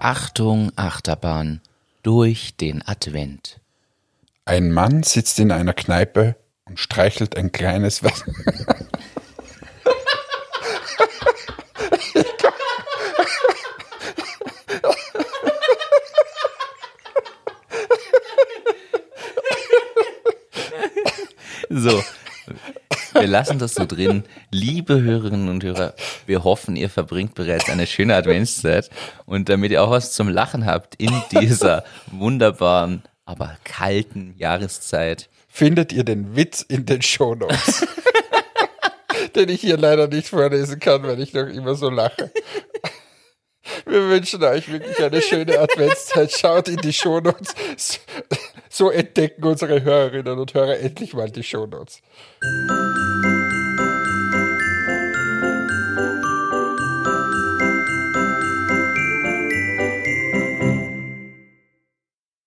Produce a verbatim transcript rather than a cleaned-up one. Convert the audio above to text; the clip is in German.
Achtung, Achterbahn, durch den Advent. Ein Mann sitzt in einer Kneipe und streichelt ein kleines Wasser. So, wir lassen das so drin. Liebe Hörerinnen und Hörer, wir hoffen, ihr verbringt bereits eine schöne Adventszeit und damit ihr auch was zum Lachen habt in dieser wunderbaren, aber kalten Jahreszeit. Findet ihr den Witz in den Shownotes, den ich hier leider nicht vorlesen kann, weil ich noch immer so lache. Wir wünschen euch wirklich eine schöne Adventszeit. Schaut in die Shownotes. So entdecken unsere Hörerinnen und Hörer endlich mal die Shownotes.